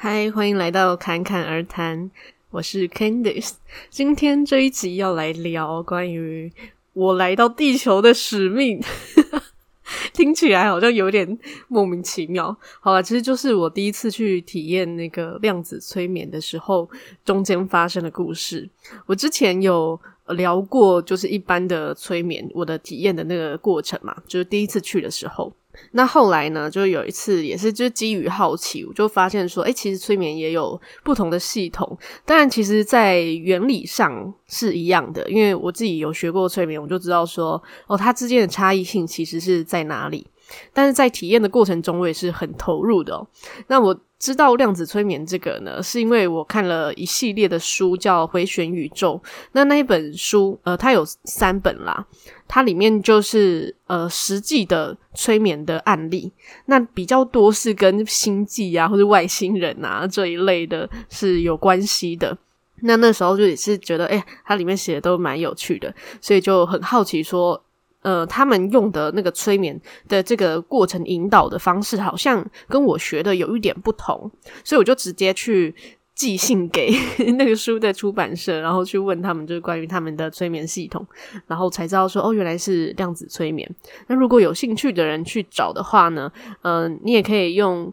嗨，欢迎来到侃侃而谈，我是 Candice。今天这一集要来聊关于我来到地球的使命听起来好像有点莫名其妙。好啦，其实就是我第一次去体验那个量子催眠的时候中间发生的故事。我之前有聊过就是一般的催眠我的体验的那个过程嘛，就是第一次去的时候。那后来呢，就有一次也是就基于好奇，我就发现说其实催眠也有不同的系统。当然其实在原理上是一样的，因为我自己有学过催眠，我就知道说它之间的差异性其实是在哪里。但是在体验的过程中我也是很投入的那我知道量子催眠这个呢，是因为我看了一系列的书叫回旋宇宙。那一本书它有3本啦，它里面就是实际的催眠的案例，那比较多是跟星际啊或者外星人啊这一类的是有关系的。那时候就也是觉得它里面写的都蛮有趣的，所以就很好奇说他们用的那个催眠的这个过程引导的方式好像跟我学的有一点不同，所以我就直接去寄信给那个书的出版社，然后去问他们就是关于他们的催眠系统，然后才知道说原来是量子催眠。那如果有兴趣的人去找的话呢你也可以用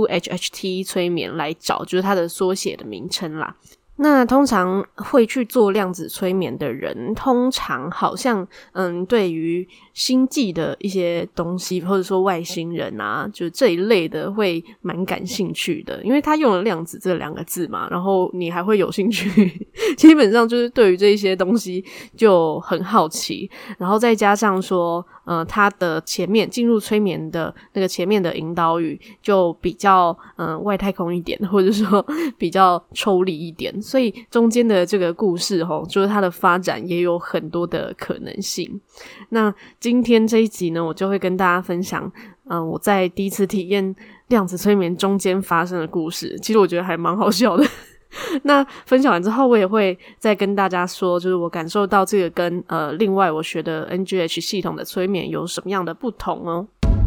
QHHT 催眠来找，就是它的缩写的名称啦。那通常会去做量子催眠的人，通常好像对于星际的一些东西或者说外星人啊，就这一类的会蛮感兴趣的，因为他用了量子这2个字嘛，然后你还会有兴趣基本上就是对于这一些东西就很好奇，然后再加上说他的前面进入催眠的那个前面的引导语就比较外太空一点，或者说比较抽离一点，所以中间的这个故事就是它的发展也有很多的可能性。那今天这一集呢，我就会跟大家分享我在第一次体验量子催眠中间发生的故事，其实我觉得还蛮好笑的那分享完之后我也会再跟大家说，就是我感受到这个跟另外我学的 NGH 系统的催眠有什么样的不同哦。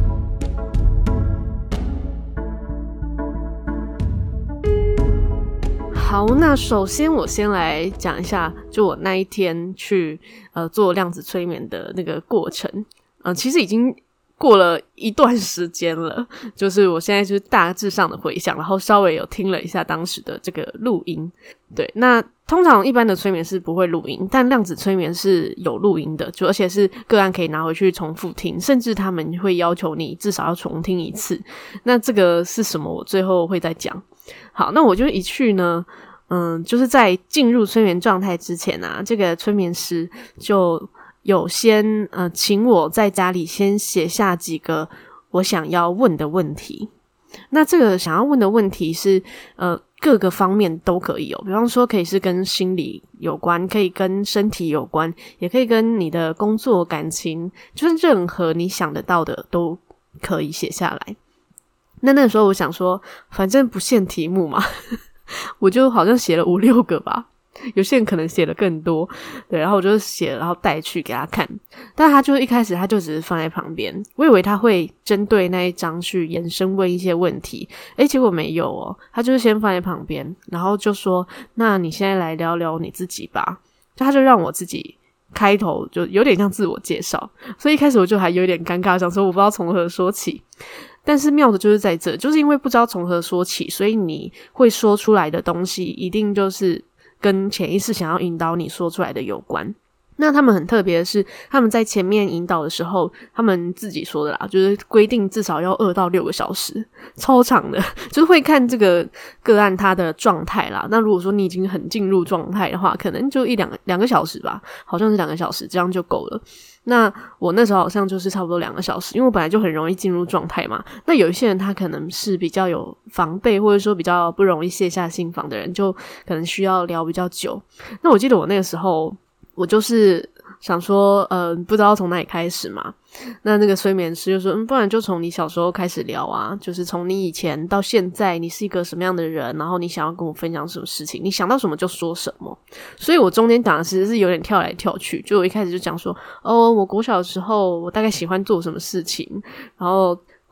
好，那首先我先来讲一下就我那一天去做量子催眠的那个过程。其实已经过了一段时间了，就是我现在就是大致上的回想，然后稍微有听了一下当时的这个录音。对，那通常一般的催眠是不会录音，但量子催眠是有录音的，就而且是个案可以拿回去重复听，甚至他们会要求你至少要重听1次。那这个是什么我最后会再讲。好，那我就一去呢就是在进入催眠状态之前啊，这个催眠师就有先请我在家里先写下几个我想要问的问题。那这个想要问的问题是各个方面都可以比方说可以是跟心理有关，可以跟身体有关，也可以跟你的工作感情，就是任何你想得到的都可以写下来。那时候我想说反正不限题目嘛我就好像写了5-6个吧，有些人可能写了更多。对，然后我就写了然后带去给他看，但他就一开始他就只是放在旁边，我以为他会针对那一张去延伸问一些问题，结果没有他就是先放在旁边，然后就说那你现在来聊聊你自己吧。他就让我自己开头，就有点像自我介绍，所以一开始我就还有点尴尬，想说我不知道从何说起。但是妙的就是在这，就是因为不知道从何说起，所以你会说出来的东西一定就是跟潜意识想要引导你说出来的有关。那他们很特别的是，他们在前面引导的时候，他们自己说的啦，就是规定至少要2到6个小时，超长的，就是会看这个个案他的状态啦。那如果说你已经很进入状态的话，可能就2个小时吧，好像是2个小时，这样就够了。那我那时候好像就是差不多2个小时，因为我本来就很容易进入状态嘛。那有一些人他可能是比较有防备，或者说比较不容易卸下心防的人，就可能需要聊比较久。那我记得我那个时候我就是想说不知道从哪里开始嘛，那个催眠师就说不然就从你小时候开始聊啊，就是从你以前到现在你是一个什么样的人，然后你想要跟我分享什么事情，你想到什么就说什么。所以我中间讲的其实是有点跳来跳去，就我一开始就讲说我国小的时候我大概喜欢做什么事情，然后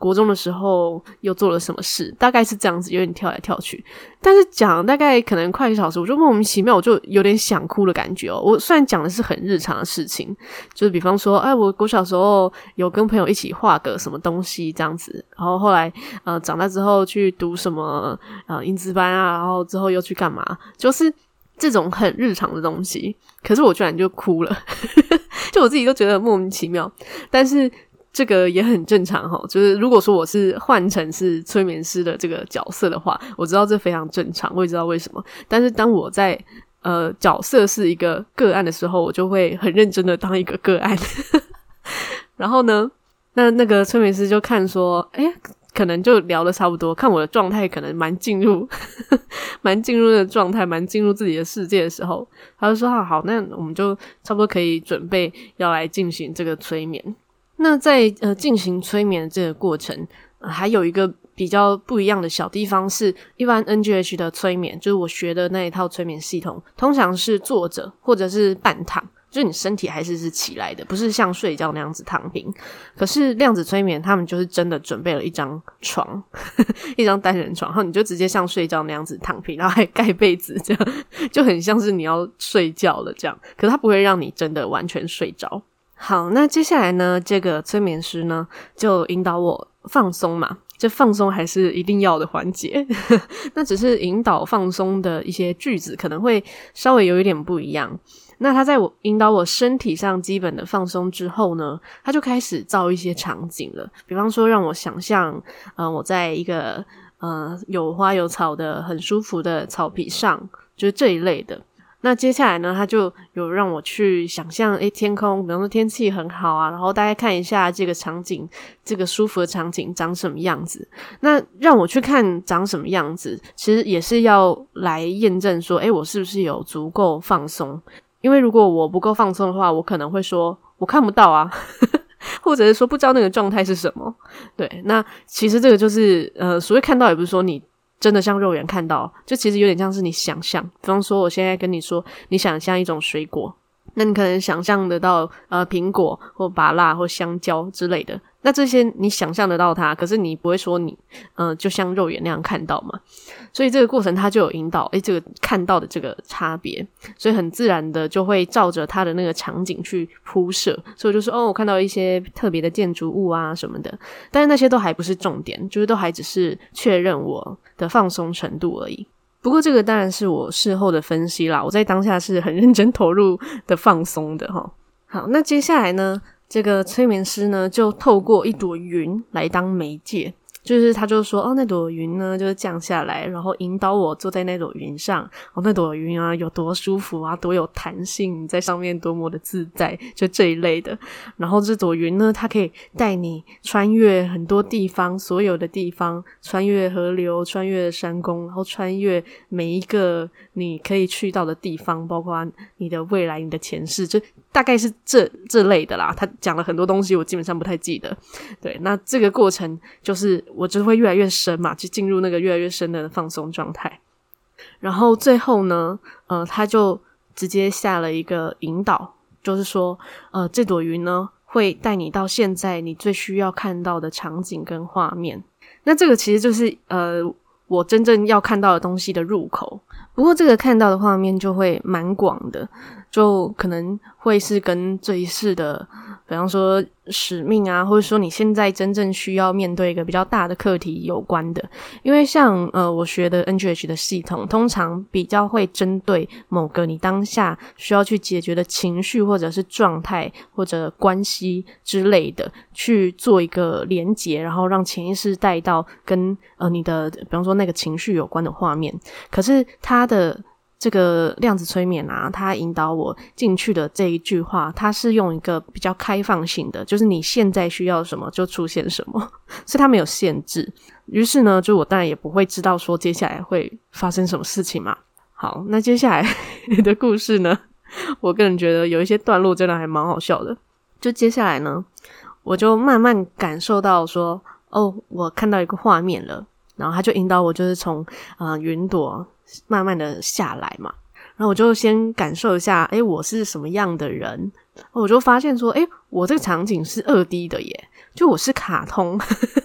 国中的时候又做了什么事，大概是这样子，有点跳来跳去。但是讲大概可能快1个小时，我就莫名其妙，我就有点想哭的感觉哦。我虽然讲的是很日常的事情，就是比方说，我国小时候有跟朋友一起画个什么东西这样子，然后后来长大之后去读什么英资班啊，然后之后又去干嘛，就是这种很日常的东西，可是我居然就哭了就我自己都觉得莫名其妙。但是这个也很正常齁，就是如果说我是换成是催眠师的这个角色的话，我知道这非常正常，我也知道为什么。但是当我在角色是一个个案的时候，我就会很认真的当一个个案然后呢那个催眠师就看说可能就聊得差不多，看我的状态可能蛮进入的状态，蛮进入自己的世界的时候，他就说好，那我们就差不多可以准备要来进行这个催眠。那在进行催眠的这个过程还有一个比较不一样的小地方是，一般 NGH 的催眠，就是我学的那一套催眠系统，通常是坐着或者是半躺，就是你身体还是起来的，不是像睡觉那样子躺平。可是量子催眠他们就是真的准备了一张床一张单人床，然后你就直接像睡觉那样子躺平，然后还盖被子，这样就很像是你要睡觉了这样，可是它不会让你真的完全睡着。好，那接下来呢，这个催眠师呢就引导我放松嘛，这放松还是一定要的环节那只是引导放松的一些句子可能会稍微有一点不一样。那他在我引导我身体上基本的放松之后呢，他就开始造一些场景了，比方说让我想象我在一个有花有草的很舒服的草皮上，就是这一类的。那接下来呢，他就有让我去想象天空，比方说天气很好啊，然后大概看一下这个场景，这个舒服的场景长什么样子。那让我去看长什么样子，其实也是要来验证说我是不是有足够放松。因为如果我不够放松的话，我可能会说我看不到啊或者是说不知道那个状态是什么。对，那其实这个就是所谓看到，也不是说你真的像肉眼看到，就其实有点像是你想象。比方说我现在跟你说你想象一种水果，那你可能想象得到苹果或芭乐或香蕉之类的，那这些你想象得到它，可是你不会说你就像肉眼那样看到嘛。所以这个过程它就有引导这个看到的这个差别，所以很自然的就会照着它的那个场景去铺设。所以我就说我看到一些特别的建筑物啊什么的，但是那些都还不是重点，就是都还只是确认我的放松程度而已。不过这个当然是我事后的分析啦，我在当下是很认真投入的放松的齁。好，那接下来呢，这个催眠师呢就透过一朵云来当媒介，就是他就说那朵云呢就是降下来，然后引导我坐在那朵云上，那朵云啊有多舒服啊，多有弹性，在上面多么的自在，就这一类的。然后这朵云呢，它可以带你穿越很多地方，所有的地方，穿越河流，穿越山宫，然后穿越每一个你可以去到的地方，包括你的未来，你的前世，就大概是这类的啦。他讲了很多东西我基本上不太记得。对，那这个过程就是我就会越来越深嘛，就进入那个越来越深的放松状态。然后最后呢他就直接下了一个引导，就是说这朵云呢会带你到现在你最需要看到的场景跟画面。那这个其实就是我真正要看到的东西的入口。不过这个看到的画面就会蛮广的，就可能会是跟这一世的比方说使命啊，或者说你现在真正需要面对一个比较大的课题有关的。因为像我学的 NGH 的系统通常比较会针对某个你当下需要去解决的情绪或者是状态或者关系之类的去做一个连结，然后让潜意识带到跟你的比方说那个情绪有关的画面。可是它的这个量子催眠啊，它引导我进去的这一句话，它是用一个比较开放性的，就是你现在需要什么就出现什么，所以它没有限制。于是呢，就我当然也不会知道说接下来会发生什么事情嘛。好，那接下来的故事呢，我个人觉得有一些段落真的还蛮好笑的。就接下来呢，我就慢慢感受到说我看到一个画面了，然后他就引导我就是从云朵慢慢的下来嘛，然后我就先感受一下我是什么样的人。我就发现说我这个场景是2D 的耶，就我是卡通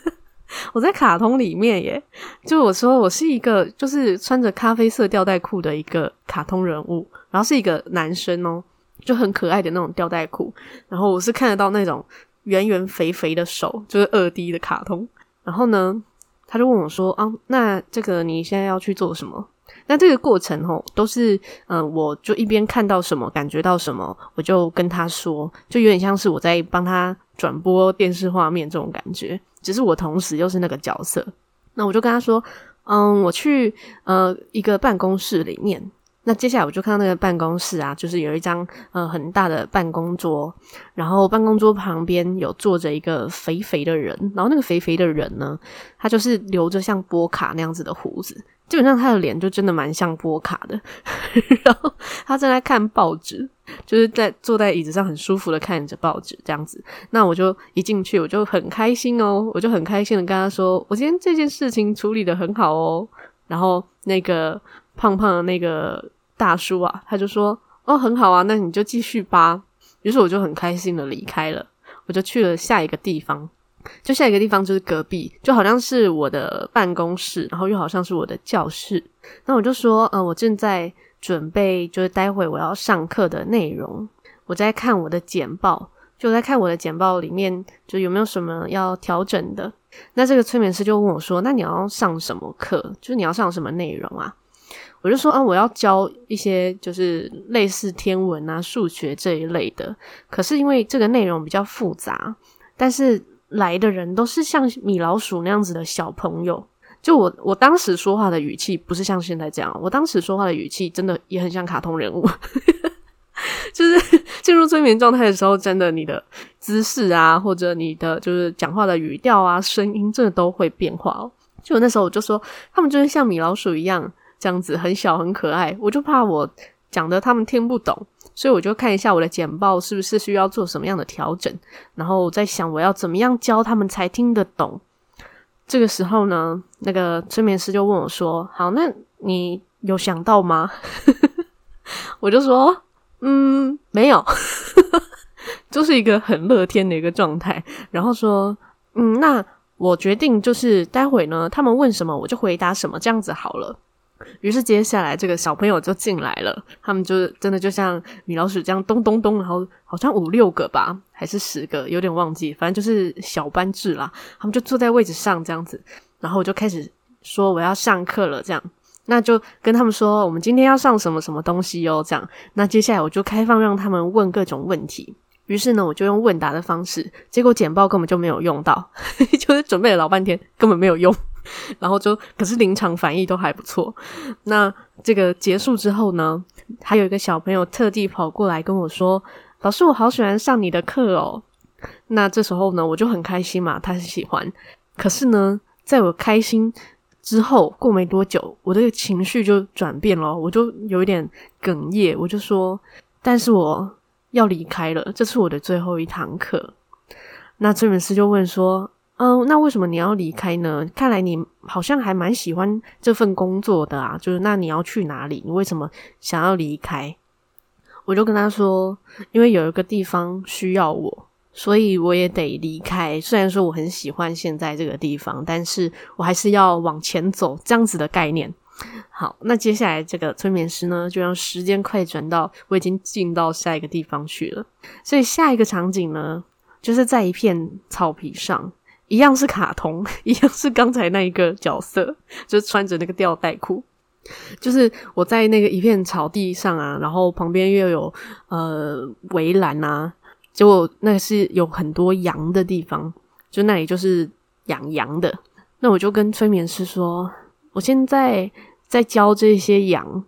我在卡通里面耶，就我说我是一个就是穿着咖啡色吊带裤的一个卡通人物，然后是一个男生哦，就很可爱的那种吊带裤，然后我是看得到那种圆圆肥肥的手，就是2D 的卡通。然后呢他就问我说那这个你现在要去做什么？那这个过程都是我就一边看到什么感觉到什么我就跟他说，就有点像是我在帮他转播电视画面这种感觉，只是我同时又是那个角色。那我就跟他说我去一个办公室里面，那接下来我就看到那个办公室啊，就是有一张很大的办公桌，然后办公桌旁边有坐着一个肥肥的人，然后那个肥肥的人呢，他就是留着像波卡那样子的胡子，基本上他的脸就真的蛮像波卡的然后他正在看报纸，就是坐在椅子上很舒服的看着报纸这样子。那我就一进去我就很开心哦，我就很开心的跟他说我今天这件事情处理得很好哦。然后那个胖胖的那个大叔啊，他就说很好啊，那你就继续吧。于是我就很开心的离开了，我就去了下一个地方，就下一个地方就是隔壁，就好像是我的办公室，然后又好像是我的教室。那我就说我正在准备就是待会我要上课的内容，我在看我的简报，就在看我的简报里面就有没有什么要调整的。那这个催眠师就问我说那你要上什么课，就是你要上什么内容啊？我就说我要教一些就是类似天文啊数学这一类的，可是因为这个内容比较复杂，但是来的人都是像米老鼠那样子的小朋友，就我当时说话的语气不是像现在这样，我当时说话的语气真的也很像卡通人物就是进入催眠状态的时候，真的你的姿势啊，或者你的就是讲话的语调啊声音真的都会变化哦。就那时候我就说他们就是像米老鼠一样这样子很小很可爱，我就怕我讲的他们听不懂，所以我就看一下我的简报是不是需要做什么样的调整，然后我在想我要怎么样教他们才听得懂。这个时候呢，那个催眠师就问我说好，那你有想到吗我就说没有就是一个很乐天的一个状态，然后说那我决定就是待会呢他们问什么我就回答什么，这样子好了。于是接下来这个小朋友就进来了，他们就真的就像米老鼠这样咚咚咚，然后好像5-6个吧还是10个有点忘记，反正就是小班制啦，他们就坐在位置上这样子，然后我就开始说我要上课了这样，那就跟他们说我们今天要上什么什么东西哦这样。那接下来我就开放让他们问各种问题，于是呢我就用问答的方式，结果简报根本就没有用到就是准备了老半天根本没有用然后可是临场反应都还不错。那这个结束之后呢，还有一个小朋友特地跑过来跟我说老师我好喜欢上你的课哦。那这时候呢我就很开心嘛，他是喜欢，可是呢在我开心之后过没多久我的情绪就转变了，我就有一点哽咽，我就说但是我要离开了，这是我的最后一堂课。那催眠师就问说那为什么你要离开呢？看来你好像还蛮喜欢这份工作的啊，就是那你要去哪里？你为什么想要离开？我就跟他说因为有一个地方需要我，所以我也得离开，虽然说我很喜欢现在这个地方，但是我还是要往前走，这样子的概念。好，那接下来这个催眠师呢就让时间快转到我已经进到下一个地方去了。所以下一个场景呢就是在一片草皮上，一样是卡通，一样是刚才那一个角色，就是穿着那个吊带裤，就是我在那个一片草地上啊，然后旁边又有围栏啊，结果那个是有很多羊的地方，就那里就是养羊的。那我就跟催眠师说我现在在教这些羊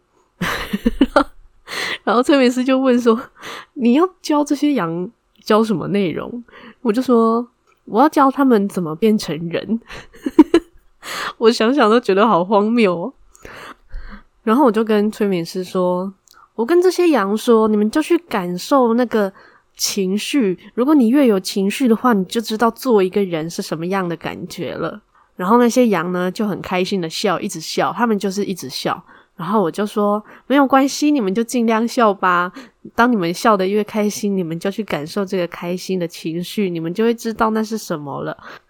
然后催眠师就问说你要教这些羊教什么内容？我就说我要教他们怎么变成人我想想都觉得好荒谬哦。然后我就跟催眠师说我跟这些羊说你们就去感受那个情绪，如果你越有情绪的话你就知道做一个人是什么样的感觉了。然后那些羊呢就很开心的笑，一直笑，他们就是一直笑。然后我就说没有关系，你们就尽量笑吧，当你们笑得越开心，你们就去感受这个开心的情绪，你们就会知道那是什么了。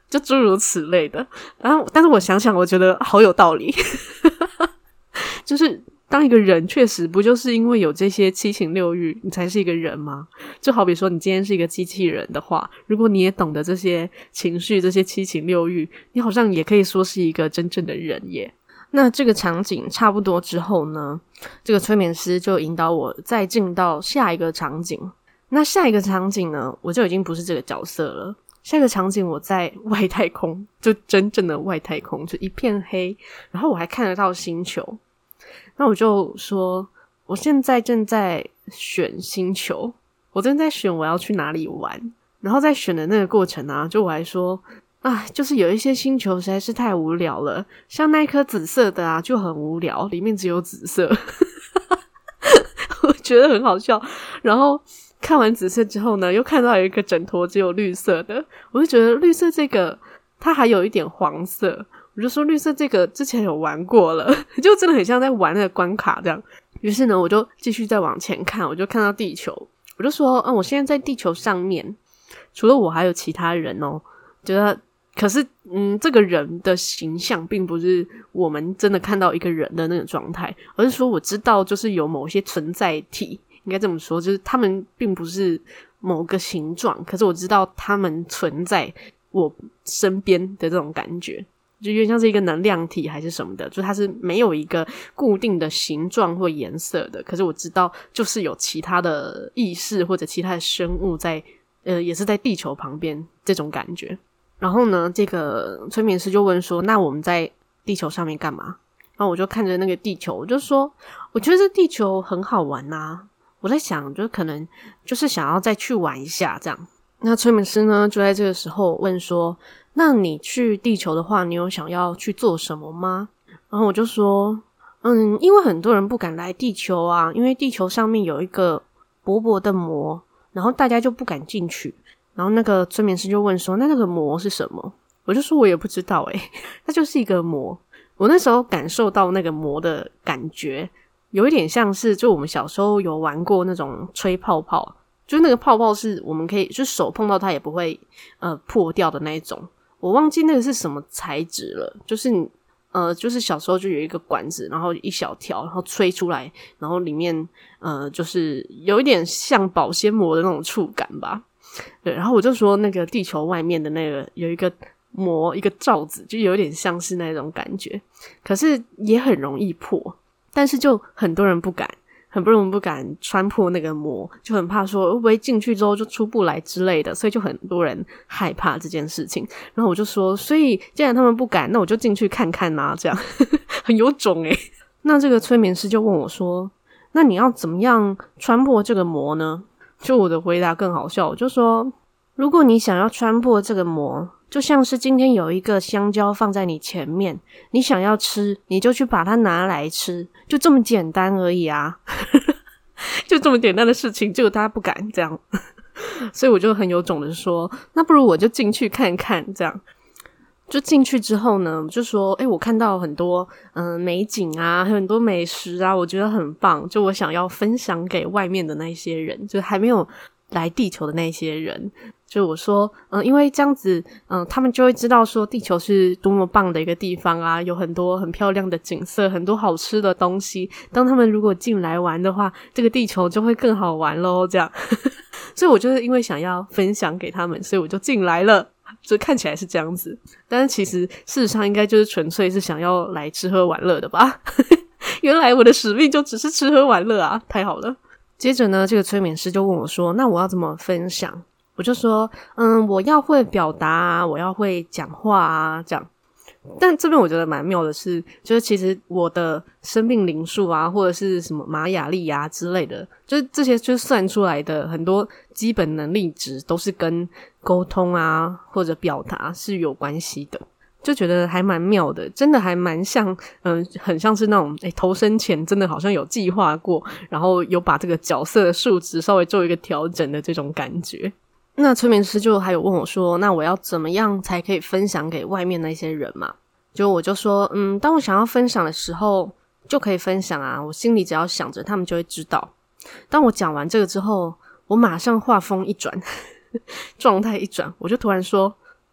就诸如此类的。然后但是我想想我觉得好有道理就是当一个人确实不就是因为有这些七情六欲你才是一个人吗？就好比说你今天是一个机器人的话，如果你也懂得这些情绪这些七情六欲，你好像也可以说是一个真正的人耶。那这个场景差不多之后呢，这个催眠师就引导我再进到下一个场景。那下一个场景呢，我就已经不是这个角色了。下一个场景我在外太空，就真正的外太空，就一片黑，然后我还看得到星球。那我就说我现在正在选星球，我正在选我要去哪里玩。然后在选的那个过程啊，就我还说就是有一些星球实在是太无聊了，像那一颗紫色的啊就很无聊，里面只有紫色我觉得很好笑。然后看完紫色之后呢，又看到有一个枕头只有绿色的，我就觉得绿色这个它还有一点黄色，我就说绿色这个之前有玩过了就真的很像在玩那个关卡这样。于是呢我就继续再往前看，我就看到地球，我就说我现在在地球上面，除了我还有其他人哦，觉得可是这个人的形象并不是我们真的看到一个人的那个状态，而是说我知道就是有某些存在体，应该这么说，就是他们并不是某个形状，可是我知道他们存在我身边的这种感觉，就有点像是一个能量体还是什么的，就它是没有一个固定的形状或颜色的，可是我知道就是有其他的意识或者其他的生物在也是在地球旁边这种感觉。然后呢这个催眠师就问说那我们在地球上面干嘛？然后我就看着那个地球，我就说我觉得这地球很好玩啊，我在想就可能就是想要再去玩一下这样。那催眠师呢就在这个时候问说那你去地球的话你有想要去做什么吗？然后我就说因为很多人不敢来地球啊，因为地球上面有一个薄薄的膜，然后大家就不敢进去。然后那个催眠师就问说那个膜是什么？我就说我也不知道它就是一个膜。我那时候感受到那个膜的感觉有一点像是就我们小时候有玩过那种吹泡泡，就那个泡泡是我们可以就手碰到它也不会破掉的那一种，我忘记那个是什么材质了，就是小时候就有一个管子，然后一小条，然后吹出来，然后里面就是有一点像保鲜膜的那种触感吧。对，然后我就说那个地球外面的那个有一个膜一个罩子，就有点像是那种感觉，可是也很容易破，但是就很多人不敢穿破那个膜，就很怕说会不会进去之后就出不来之类的，所以就很多人害怕这件事情。然后我就说所以既然他们不敢，那我就进去看看啊这样很有种那这个催眠师就问我说那你要怎么样穿破这个膜呢？就我的回答更好笑，我就说如果你想要穿破这个膜，就像是今天有一个香蕉放在你前面，你想要吃你就去把它拿来吃，就这么简单而已啊就这么简单的事情，结果大家不敢这样所以我就很有种的说那不如我就进去看看这样。就进去之后呢就说我看到很多美景啊，还有很多美食啊，我觉得很棒，就我想要分享给外面的那些人，就还没有来地球的那些人，就我说因为这样子他们就会知道说地球是多么棒的一个地方啊，有很多很漂亮的景色，很多好吃的东西，当他们如果进来玩的话，这个地球就会更好玩咯这样所以我就是因为想要分享给他们，所以我就进来了，就看起来是这样子，但是其实事实上应该就是纯粹是想要来吃喝玩乐的吧原来我的使命就只是吃喝玩乐啊，太好了。接着呢这个催眠师就问我说那我要怎么分享？我就说我要会表达啊，我要会讲话啊这样。但这边我觉得蛮妙的是，就是其实我的生命灵数啊，或者是什么玛雅历啊之类的，就是这些就是算出来的很多基本能力值都是跟沟通啊或者表达是有关系的，就觉得还蛮妙的，真的还蛮像很像是那种投生前真的好像有计划过，然后有把这个角色的数值稍微做一个调整的这种感觉。那催眠师就还有问我说那我要怎么样才可以分享给外面那些人嘛？就我就说当我想要分享的时候就可以分享啊，我心里只要想着他们就会知道。当我讲完这个之后，我马上话锋一转状态一转，我就突然说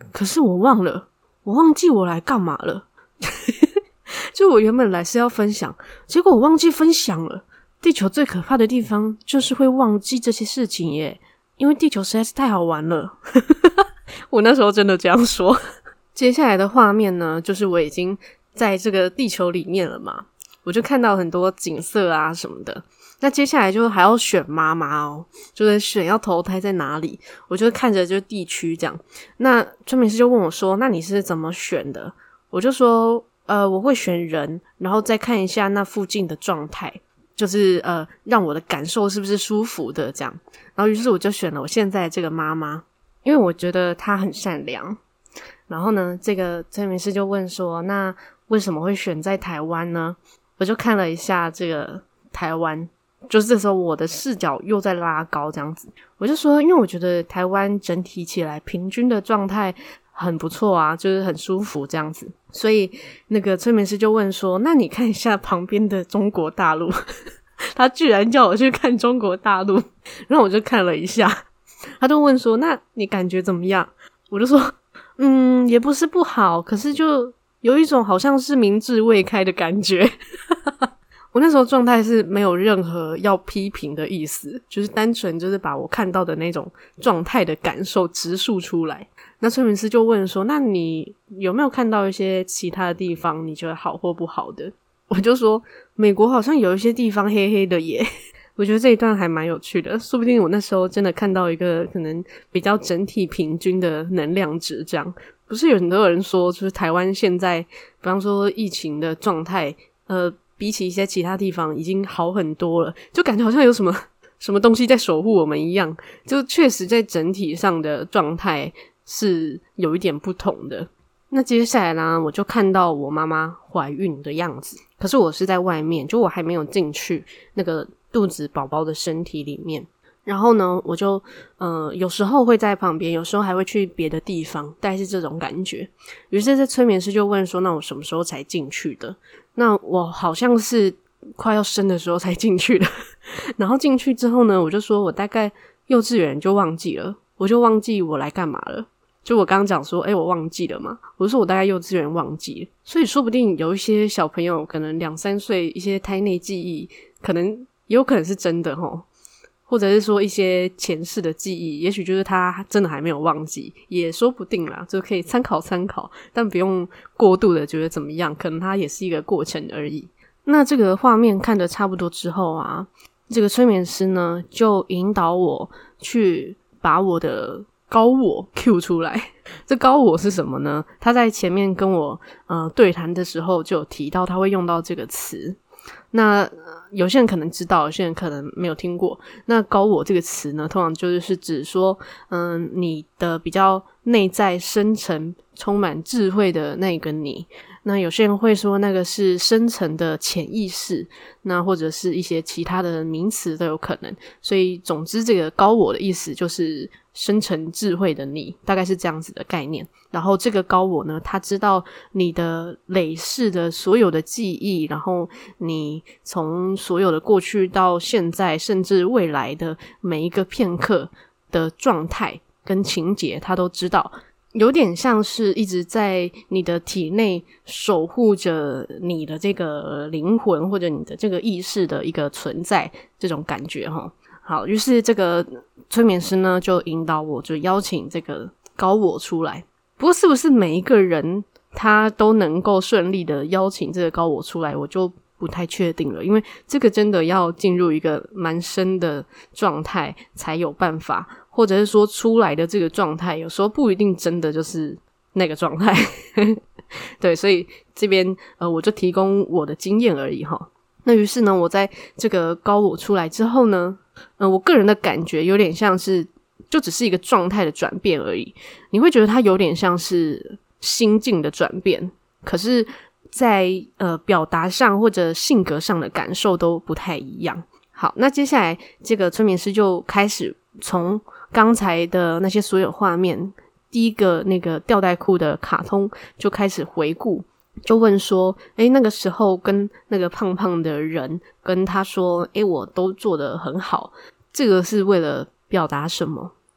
可是我忘记我来干嘛了。就我原本来是要分享，结果我忘记分享了。地球最可怕的地方就是会忘记这些事情耶，因为地球实在是太好玩了。我那时候真的这样说。接下来的画面呢，就是我已经在这个地球里面了嘛，我就看到很多景色啊什么的。那接下来就还要选妈妈哦，就是选要投胎在哪里，我就看着就是地区这样。那催眠师就问我说，那你是怎么选的？我就说我会选人，然后再看一下那附近的状态，就是让我的感受是不是舒服的这样。然后于是我就选了我现在这个妈妈，因为我觉得她很善良。然后呢，这个催眠师就问说，那为什么会选在台湾呢？我就看了一下这个台湾，就是这时候我的视角又在拉高这样子。我就说，因为我觉得台湾整体起来平均的状态很不错啊，就是很舒服这样子。所以那个催眠师就问说，那你看一下旁边的中国大陆。他居然叫我去看中国大陆，然后我就看了一下，他就问说，那你感觉怎么样？我就说也不是不好，可是就有一种好像是民智未开的感觉。我那时候状态是没有任何要批评的意思，就是单纯就是把我看到的那种状态的感受直述出来。那催眠师就问说，那你有没有看到一些其他的地方你觉得好或不好的？我就说美国好像有一些地方黑黑的耶。我觉得这一段还蛮有趣的，说不定我那时候真的看到一个可能比较整体平均的能量值这样。不是有很多人说就是台湾现在比方说疫情的状态比起一些其他地方已经好很多了，就感觉好像有什么东西在守护我们一样，就确实在整体上的状态是有一点不同的。那接下来呢，我就看到我妈妈怀孕的样子，可是我是在外面，就我还没有进去那个肚子宝宝的身体里面。然后呢，我就有时候会在旁边，有时候还会去别的地方，大概是这种感觉。于是这催眠师就问说，那我什么时候才进去的？那我好像是快要生的时候才进去的。然后进去之后呢，我就说我大概幼稚园就忘记了，我就忘记我来干嘛了。就我刚刚讲说我忘记了嘛，我说我大概幼稚园忘记了。所以说不定有一些小朋友可能2-3岁一些胎内记忆可能也有可能是真的齁，或者是说一些前世的记忆，也许就是他真的还没有忘记，也说不定啦，就可以参考参考，但不用过度的觉得怎么样，可能它也是一个过程而已。那这个画面看得差不多之后啊，这个催眠师呢就引导我去把我的高我 Q 出来。这高我是什么呢？他在前面跟我对谈的时候就有提到他会用到这个词。那有些人可能知道，有些人可能没有听过。那高我这个词呢，通常就是指说你的比较内在深层充满智慧的那个你。那有些人会说那个是深层的潜意识，那或者是一些其他的名词都有可能。所以总之这个高我的意思就是深层智慧的你，大概是这样子的概念。然后这个高我呢，他知道你的累世的所有的记忆，然后你从所有的过去到现在甚至未来的每一个片刻的状态跟情节他都知道，有点像是一直在你的体内守护着你的这个灵魂或者你的这个意识的一个存在，这种感觉齁。好，于是这个催眠师呢就引导我，就邀请这个高我出来。不过是不是每一个人他都能够顺利的邀请这个高我出来，我就不太确定了，因为这个真的要进入一个蛮深的状态才有办法，或者是说出来的这个状态有时候不一定真的就是那个状态。对，所以这边我就提供我的经验而已齁。那于是呢，我在这个高我出来之后呢，我个人的感觉有点像是就只是一个状态的转变而已，你会觉得它有点像是心境的转变，可是在表达上或者性格上的感受都不太一样。好，那接下来这个催眠师就开始从刚才的那些所有画面，第一个那个吊带裤的卡通就开始回顾，就问说那个时候跟那个胖胖的人跟他说我都做得很好，这个是为了表达什么？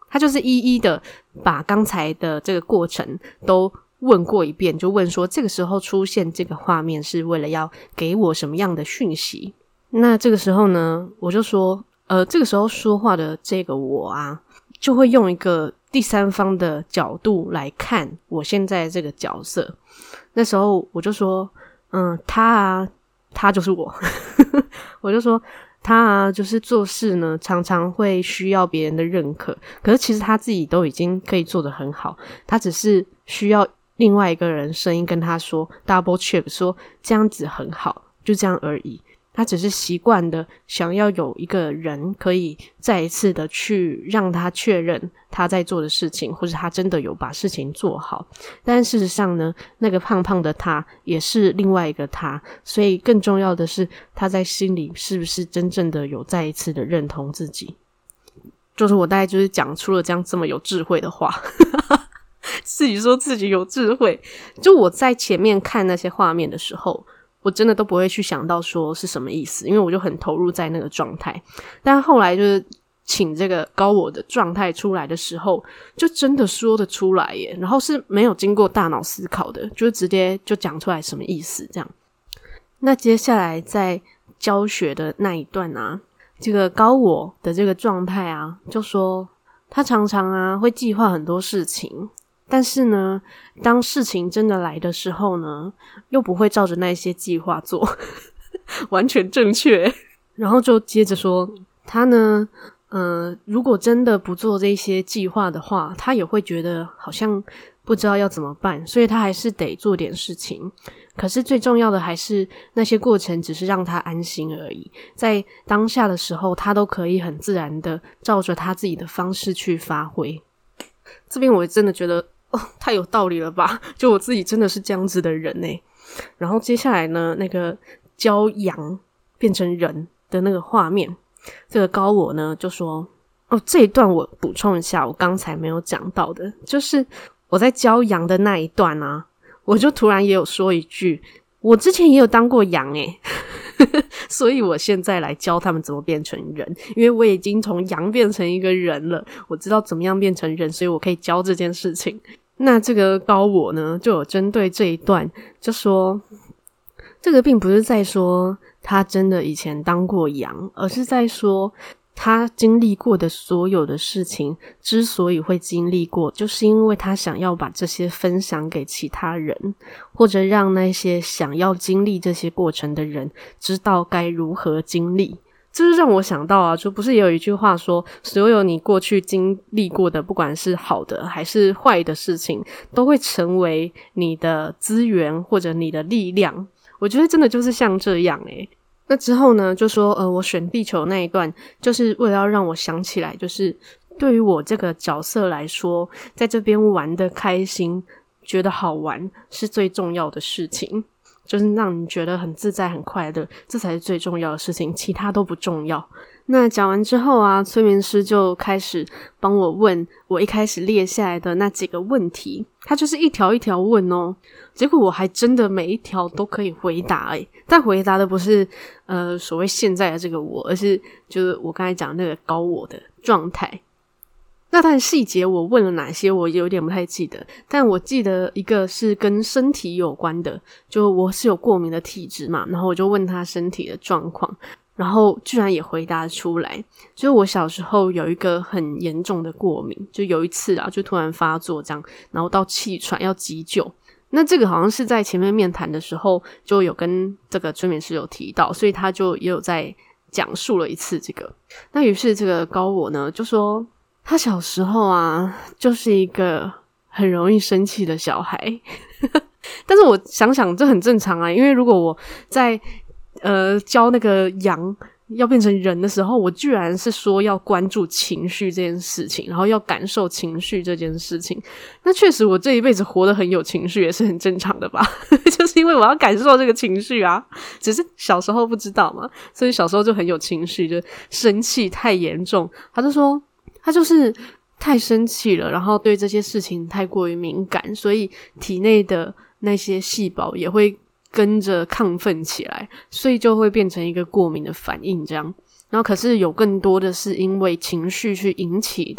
他就是一一的把刚才的这个过程都问过一遍，就问说这个时候出现这个画面是为了要给我什么样的讯息。那这个时候呢，我就说这个时候说话的这个我啊，就会用一个第三方的角度来看我现在这个角色。那时候我就说他就是我我就说他啊，就是做事呢常常会需要别人的认可，可是其实他自己都已经可以做得很好，他只是需要另外一个人声音跟他说 double check 说这样子很好，就这样而已。他只是习惯的想要有一个人可以再一次的去让他确认他在做的事情，或者他真的有把事情做好。但事实上呢，那个胖胖的他也是另外一个他，所以更重要的是他在心里是不是真正的有再一次的认同自己。就是我大概就是讲出了这么有智慧的话自己说自己有智慧。就我在前面看那些画面的时候，我真的都不会去想到说是什么意思，因为我就很投入在那个状态。但后来就是请这个高我的状态出来的时候，就真的说得出来耶，然后是没有经过大脑思考的，就直接就讲出来什么意思这样。那接下来在教学的那一段啊，这个高我的这个状态啊，就说他常常啊会计划很多事情，但是呢当事情真的来的时候呢，又不会照着那些计划做完全正确。然后就接着说他呢如果真的不做这些计划的话，他也会觉得好像不知道要怎么办，所以他还是得做点事情。可是最重要的还是那些过程只是让他安心而已，在当下的时候他都可以很自然的照着他自己的方式去发挥。这边我真的觉得太有道理了吧，就我自己真的是这样子的人耶。然后接下来呢，那个教羊变成人的那个画面，这个高我呢就说这一段我补充一下，我刚才没有讲到的，就是我在教羊的那一段啊，我就突然也有说一句，我之前也有当过羊耶所以我现在来教他们怎么变成人，因为我已经从羊变成一个人了，我知道怎么样变成人，所以我可以教这件事情。那这个高我呢就有针对这一段就说，这个并不是在说他真的以前当过羊，而是在说他经历过的所有的事情之所以会经历过，就是因为他想要把这些分享给其他人，或者让那些想要经历这些过程的人知道该如何经历。这就让我想到啊，就不是也有一句话说，所有你过去经历过的不管是好的还是坏的事情，都会成为你的资源或者你的力量。我觉得真的就是像这样耶。那之后呢就说我选地球那一段就是为了要让我想起来，就是对于我这个角色来说，在这边玩得开心觉得好玩是最重要的事情，就是让你觉得很自在很快乐，这才是最重要的事情，其他都不重要。那讲完之后啊，催眠师就开始帮我问我一开始列下来的那几个问题，他就是一条一条问结果我还真的每一条都可以回答但回答的不是所谓现在的这个我，而是就是我刚才讲那个高我的状态。那但细节我问了哪些我有点不太记得，但我记得一个是跟身体有关的，就我是有过敏的体质嘛，然后我就问他身体的状况，然后居然也回答出来。就是我小时候有一个很严重的过敏，就有一次就突然发作这样，然后到气喘要急救。那这个好像是在前面面谈的时候就有跟这个催眠师有提到，所以他就也有在讲述了一次这个。那于是这个高我呢就说，他小时候啊就是一个很容易生气的小孩但是我想想这很正常啊，因为如果我在教那个羊要变成人的时候，我居然是说要关注情绪这件事情，然后要感受情绪这件事情，那确实我这一辈子活得很有情绪也是很正常的吧就是因为我要感受这个情绪啊，只是小时候不知道嘛，所以小时候就很有情绪，就生气太严重，他就说他就是太生气了，然后对这些事情太过于敏感，所以体内的那些细胞也会跟着亢奋起来，所以就会变成一个过敏的反应这样。然后可是有更多的是因为情绪去引起的。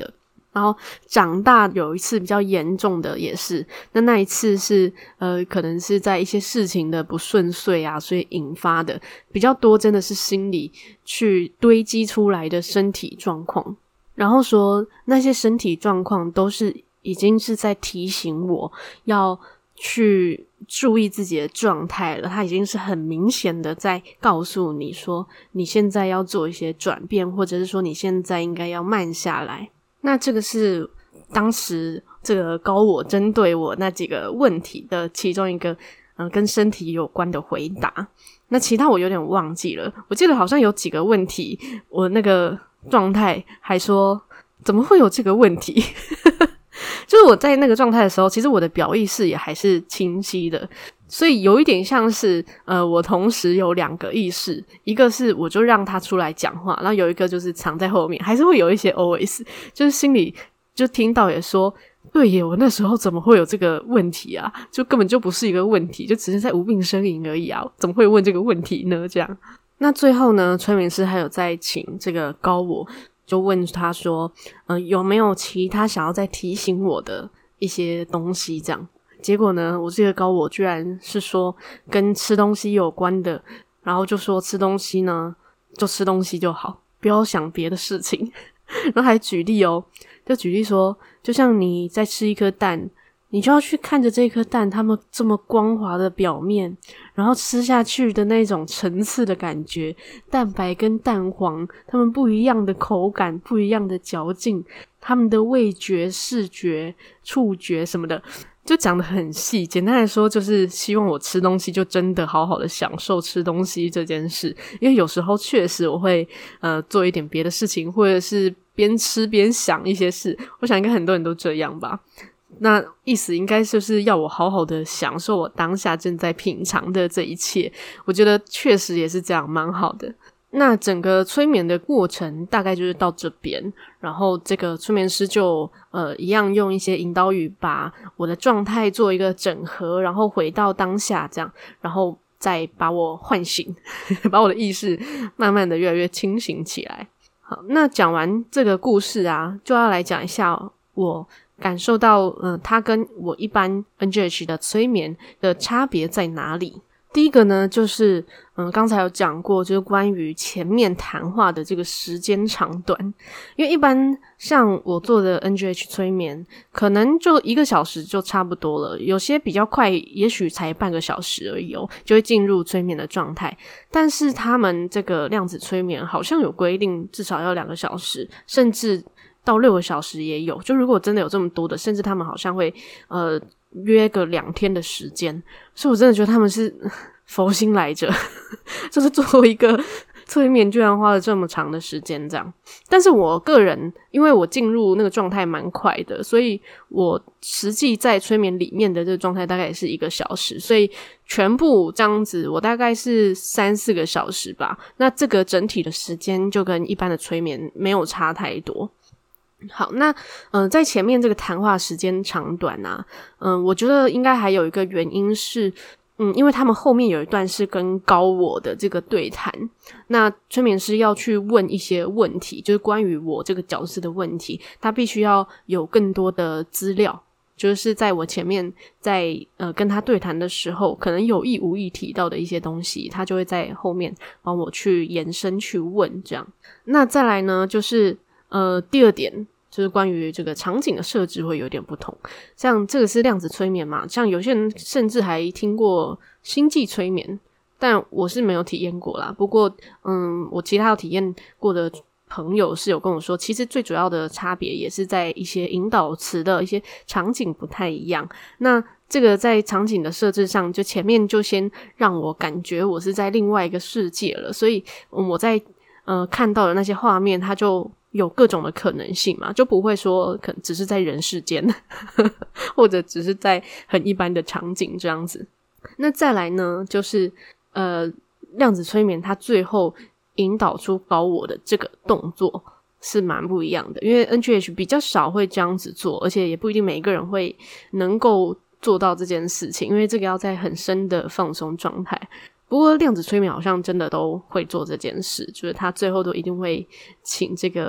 然后长大有一次比较严重的也是，那一次是可能是在一些事情的不顺遂啊，所以引发的比较多真的是心理去堆积出来的身体状况，然后说那些身体状况都是已经是在提醒我要去注意自己的状态了，它已经是很明显的在告诉你说你现在要做一些转变，或者是说你现在应该要慢下来。那这个是当时这个高我针对我那几个问题的其中一个跟身体有关的回答。那其他我有点忘记了，我记得好像有几个问题我那个状态还说怎么会有这个问题就是我在那个状态的时候，其实我的表意识也还是清晰的，所以有一点像是我同时有两个意识，一个是我就让他出来讲话，然后有一个就是藏在后面，还是会有一些 OS 就是心里就听到也说对耶，我那时候怎么会有这个问题啊，就根本就不是一个问题，就只是在无病呻吟而已啊，怎么会问这个问题呢，这样。那最后呢，催眠师还有再请这个高我就问他说有没有其他想要再提醒我的一些东西这样。结果呢，我这个高我居然是说跟吃东西有关的，然后就说吃东西呢就吃东西就好，不要想别的事情然后还举例就举例说，就像你在吃一颗蛋，你就要去看着这颗蛋它们这么光滑的表面，然后吃下去的那种层次的感觉，蛋白跟蛋黄它们不一样的口感，不一样的嚼劲，它们的味觉、视觉、触觉什么的，就讲得很细。简单来说就是希望我吃东西就真的好好的享受吃东西这件事，因为有时候确实我会做一点别的事情，或者是边吃边想一些事，我想应该很多人都这样吧。那意思应该就是要我好好的享受我当下正在品尝的这一切，我觉得确实也是这样，蛮好的。那整个催眠的过程大概就是到这边，然后这个催眠师就一样用一些引导语把我的状态做一个整合，然后回到当下这样，然后再把我唤醒把我的意识慢慢的越来越清醒起来。好，那讲完这个故事啊，就要来讲一下我感受到它跟我一般 NGH 的催眠的差别在哪里。第一个呢，就是刚才有讲过，就是关于前面谈话的这个时间长短。因为一般像我做的 NGH 催眠可能就1个小时就差不多了，有些比较快也许才半个小时而已就会进入催眠的状态。但是他们这个量子催眠好像有规定至少要2个小时，甚至到6个小时也有，就如果真的有这么多的，甚至他们好像会约个2天的时间。所以我真的觉得他们是佛心来着就是做一个催眠居然花了这么长的时间这样。但是我个人因为我进入那个状态蛮快的，所以我实际在催眠里面的这个状态大概也是1个小时，所以全部这样子我大概是3-4个小时吧。那这个整体的时间就跟一般的催眠没有差太多。好，那在前面这个谈话时间长短啊，我觉得应该还有一个原因是因为他们后面有一段是跟高我的这个对谈，那催眠师要去问一些问题，就是关于我这个角色的问题，他必须要有更多的资料，就是在我前面在跟他对谈的时候，可能有意无意提到的一些东西，他就会在后面帮我去延伸去问这样。那再来呢，就是第2点就是关于这个场景的设置会有点不同。像这个是量子催眠嘛，像有些人甚至还听过星际催眠，但我是没有体验过啦。不过我其他有体验过的朋友是有跟我说，其实最主要的差别也是在一些引导词的一些场景不太一样。那这个在场景的设置上，就前面就先让我感觉我是在另外一个世界了，所以我在看到的那些画面它就有各种的可能性嘛，就不会说可能只是在人世间或者只是在很一般的场景这样子。那再来呢，就是量子催眠它最后引导出高我的这个动作是蛮不一样的，因为 NGH 比较少会这样子做，而且也不一定每一个人会能够做到这件事情，因为这个要在很深的放松状态。不过量子催眠好像真的都会做这件事，就是他最后都一定会请这个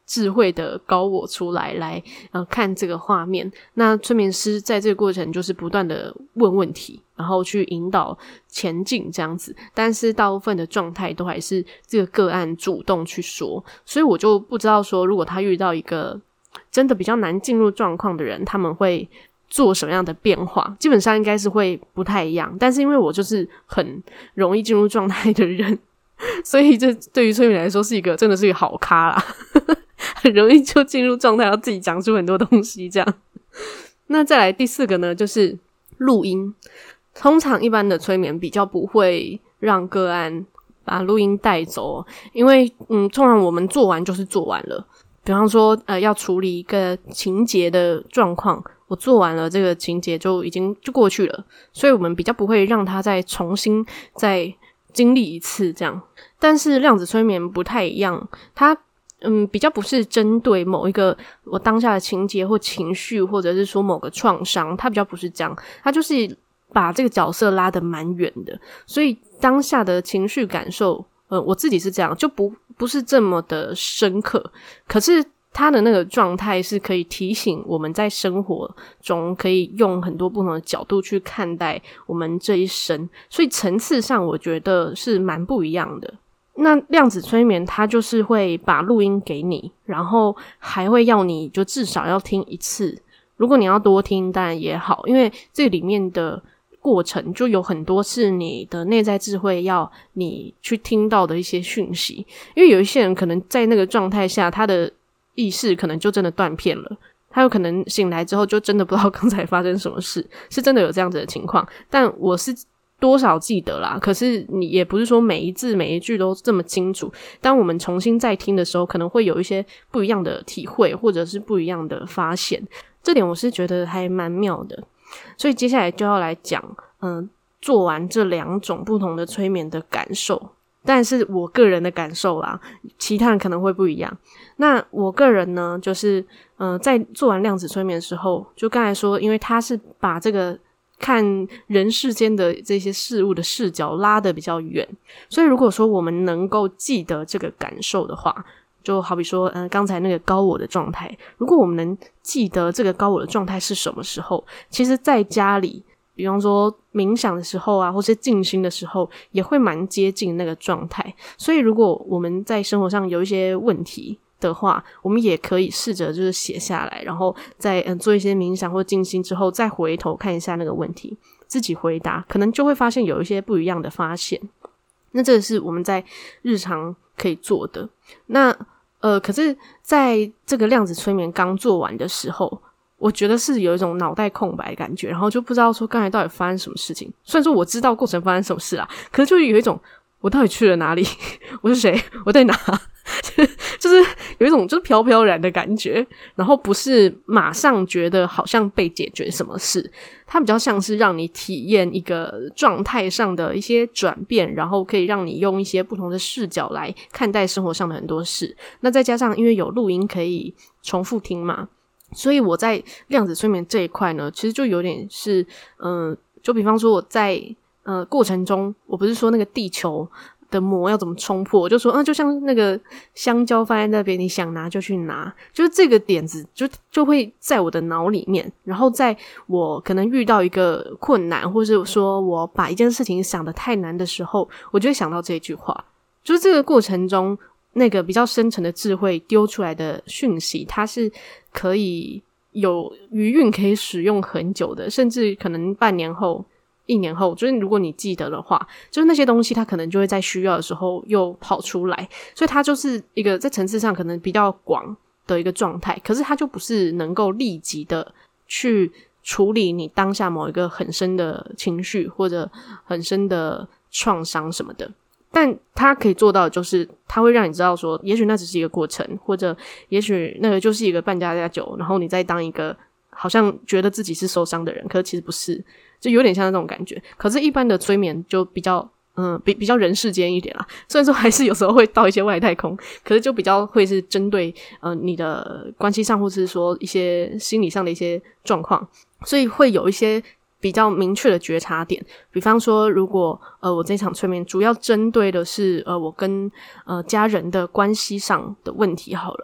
智慧的高我出来看这个画面。那催眠师在这个过程就是不断的问问题，然后去引导前进这样子，但是大部分的状态都还是这个个案主动去说。所以我就不知道说，如果他遇到一个真的比较难进入状况的人，他们会做什么样的变化。基本上应该是会不太一样，但是因为我就是很容易进入状态的人，所以这对于催眠来说是真的是一个好咖啦很容易就进入状态，要自己讲出很多东西这样。那再来第4个呢，就是录音。通常一般的催眠比较不会让个案把录音带走，因为通常我们做完就是做完了。比方说要处理一个情节的状况，我做完了这个情节就过去了，所以我们比较不会让他再重新再经历一次这样。但是量子催眠不太一样，它比较不是针对某一个我当下的情节或情绪，或者是说某个创伤，它比较不是这样，它就是把这个角色拉得蛮远的，所以当下的情绪感受我自己是这样，就不是这么的深刻，可是他的那个状态是可以提醒我们在生活中可以用很多不同的角度去看待我们这一生，所以层次上我觉得是蛮不一样的。那量子催眠它就是会把录音给你，然后还会要你就至少要听一次，如果你要多听当然也好，因为这里面的过程就有很多是你的内在智慧要你去听到的一些讯息。因为有一些人可能在那个状态下，他的意识可能就真的断片了，他有可能醒来之后就真的不知道刚才发生什么事，是真的有这样子的情况。但我是多少记得啦，可是你也不是说每一字每一句都这么清楚，当我们重新再听的时候，可能会有一些不一样的体会，或者是不一样的发现，这点我是觉得还蛮妙的。所以接下来就要来讲做完这2种不同的催眠的感受，但是我个人的感受啦，其他人可能会不一样。那我个人呢，就是在做完量子催眠的时候，就刚才说因为他是把这个看人世间的这些事物的视角拉得比较远，所以如果说我们能够记得这个感受的话，就好比说刚才那个高我的状态，如果我们能记得这个高我的状态是什么时候，其实在家里比方说冥想的时候啊，或是静心的时候，也会蛮接近那个状态。所以如果我们在生活上有一些问题的话，我们也可以试着就是写下来，然后再做一些冥想或静心之后，再回头看一下那个问题，自己回答，可能就会发现有一些不一样的发现。那这个是我们在日常可以做的。那可是在这个量子催眠刚做完的时候，我觉得是有一种脑袋空白的感觉，然后就不知道说刚才到底发生什么事情。虽然说我知道过程发生什么事啦，可是就有一种我到底去了哪里我是谁，我在哪就是有一种就是飘飘然的感觉，然后不是马上觉得好像被解决什么事，它比较像是让你体验一个状态上的一些转变，然后可以让你用一些不同的视角来看待生活上的很多事。那再加上因为有录音可以重复听嘛，所以我在量子催眠这一块呢，其实就有点是就比方说我在过程中，我不是说那个地球的膜要怎么冲破，我就说就像那个香蕉放在那边，你想拿就去拿，就是这个点子就会在我的脑里面，然后在我可能遇到一个困难，或是说我把一件事情想得太难的时候，我就会想到这句话。就是这个过程中那个比较深层的智慧丢出来的讯息，它是可以有余韵可以使用很久的，甚至可能半年后1年后，就是如果你记得的话，就是那些东西它可能就会在需要的时候又跑出来，所以它就是一个在层次上可能比较广的一个状态，可是它就不是能够立即的去处理你当下某一个很深的情绪或者很深的创伤什么的。但它可以做到的就是它会让你知道说也许那只是一个过程，或者也许那个就是一个扮家家酒，然后你再当一个好像觉得自己是受伤的人，可是其实不是，就有点像那种感觉。可是一般的催眠就比较比较人世间一点啦，虽然说还是有时候会到一些外太空，可是就比较会是针对你的关系上，或是说一些心理上的一些状况，所以会有一些比较明确的觉察点。比方说如果我这场催眠主要针对的是我跟家人的关系上的问题好了，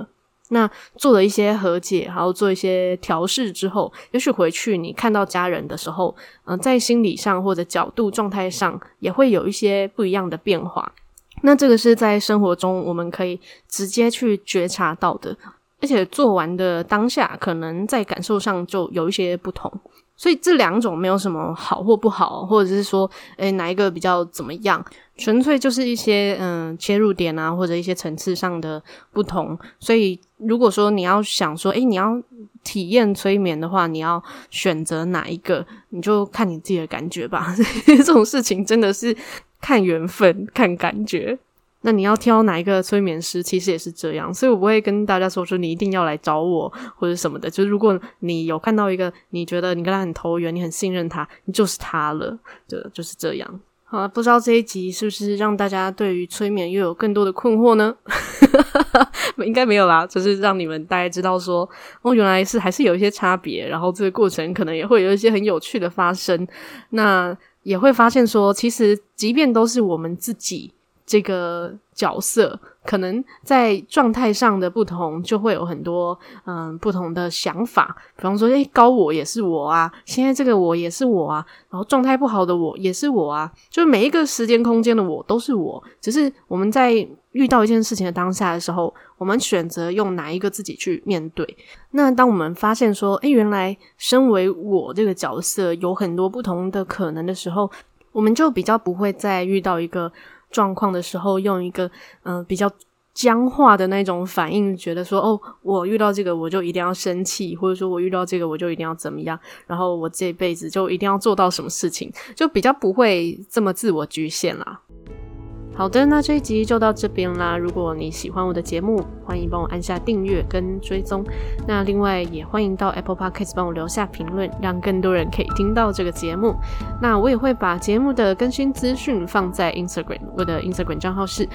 那做了一些和解，然后做一些调试之后，也许回去你看到家人的时候，在心理上或者角度状态上也会有一些不一样的变化。那这个是在生活中我们可以直接去觉察到的，而且做完的当下可能在感受上就有一些不同。所以这两种没有什么好或不好，或者是说哪一个比较怎么样，纯粹就是一些切入点啊，或者一些层次上的不同。所以如果说你要想说你要体验催眠的话，你要选择哪一个，你就看你自己的感觉吧这种事情真的是看缘分看感觉。那你要挑哪一个催眠师其实也是这样，所以我不会跟大家说你一定要来找我或者什么的，就是如果你有看到一个你觉得你跟他很投缘，你很信任他，你就是他了，就是这样。好，不知道这一集是不是让大家对于催眠又有更多的困惑呢应该没有啦，就是让你们大概知道说原来还是有一些差别，然后这个过程可能也会有一些很有趣的发生。那也会发现说其实即便都是我们自己这个角色，可能在状态上的不同就会有很多不同的想法。比方说高我也是我啊，现在这个我也是我啊，然后状态不好的我也是我啊，就是每一个时间空间的我都是我，只是我们在遇到一件事情的当下的时候，我们选择用哪一个自己去面对。那当我们发现说原来身为我这个角色有很多不同的可能的时候，我们就比较不会再遇到一个状况的时候用一个比较僵化的那种反应，觉得说我遇到这个我就一定要生气，或者说我遇到这个我就一定要怎么样，然后我这辈子就一定要做到什么事情，就比较不会这么自我局限啦。好的，那这一集就到这边啦。如果你喜欢我的节目，欢迎帮我按下订阅跟追踪。那另外也欢迎到 Apple Podcast 帮我留下评论，让更多人可以听到这个节目。那我也会把节目的更新资讯放在 Instagram， 我的 Instagram 账号是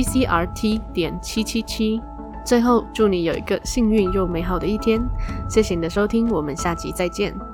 ccrt.777。最后祝你有一个幸运又美好的一天，谢谢你的收听，我们下集再见。